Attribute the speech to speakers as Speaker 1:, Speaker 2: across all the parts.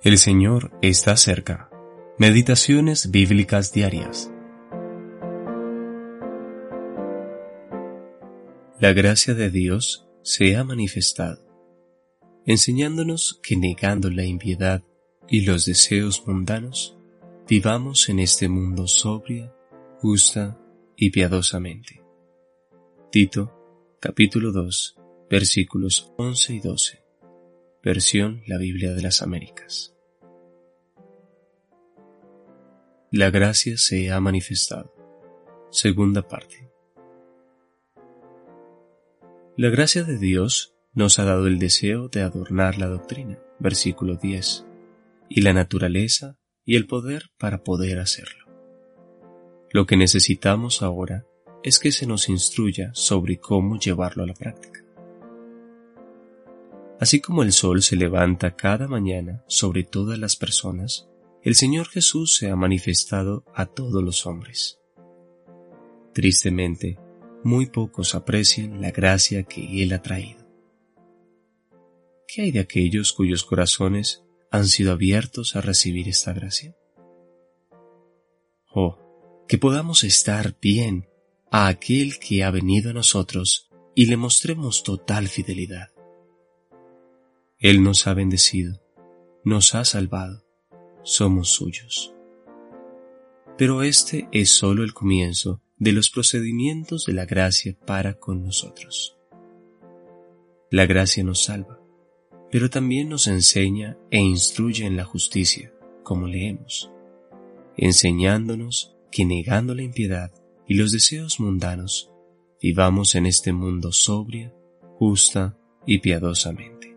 Speaker 1: El Señor está cerca. Meditaciones bíblicas diarias. La gracia de Dios se ha manifestado, enseñándonos que negando la impiedad y los deseos mundanos, vivamos en este mundo sobria, justa y piadosamente. Tito, capítulo 2, versículos 11 y 12. Versión La Biblia de las Américas. La gracia se ha manifestado. Segunda parte. La gracia de Dios nos ha dado el deseo de adornar la doctrina, versículo 10, y la naturaleza y el poder para poder hacerlo. Lo que necesitamos ahora es que se nos instruya sobre cómo llevarlo a la práctica. Así como el sol se levanta cada mañana sobre todas las personas, el Señor Jesús se ha manifestado a todos los hombres. Tristemente, muy pocos aprecian la gracia que Él ha traído. ¿Qué hay de aquellos cuyos corazones han sido abiertos a recibir esta gracia? Oh, que podamos estar bien a aquel que ha venido a nosotros y le mostremos total fidelidad. Él nos ha bendecido, nos ha salvado, somos suyos. Pero este es solo el comienzo de los procedimientos de la gracia para con nosotros. La gracia nos salva, pero también nos enseña e instruye en la justicia, como leemos, enseñándonos que negando la impiedad y los deseos mundanos, vivamos en este mundo sobria, justa y piadosamente.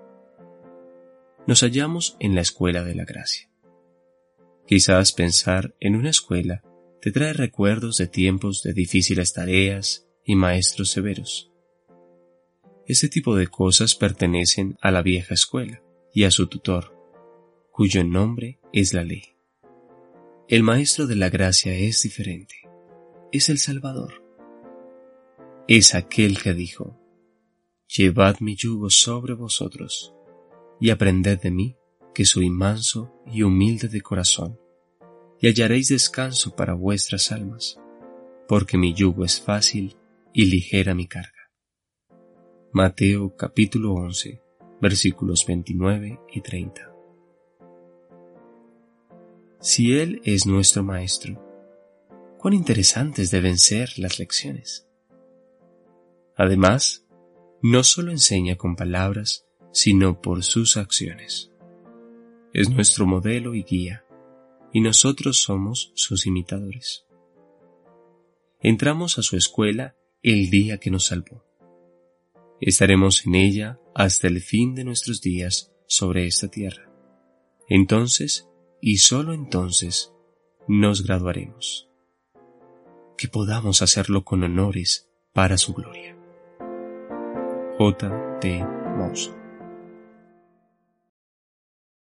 Speaker 1: Nos hallamos en la escuela de la gracia. Quizás pensar en una escuela te trae recuerdos de tiempos de difíciles tareas y maestros severos. Este tipo de cosas pertenecen a la vieja escuela y a su tutor, cuyo nombre es la ley. El maestro de la gracia es diferente, es el Salvador. Es aquel que dijo: «Llevad mi yugo sobre vosotros, y aprended de mí, que soy manso y humilde de corazón, y hallaréis descanso para vuestras almas, porque mi yugo es fácil y ligera mi carga». Mateo capítulo 11, versículos 29 y 30. Si Él es nuestro Maestro, cuán interesantes deben ser las lecciones. Además, no solo enseña con palabras, sino por sus acciones. Es nuestro modelo y guía, y nosotros somos sus imitadores. Entramos a su escuela el día que nos salvó. Estaremos en ella hasta el fin de nuestros días sobre esta tierra. Entonces, y solo entonces, nos graduaremos. Que podamos hacerlo con honores para su gloria. J. T. Moss.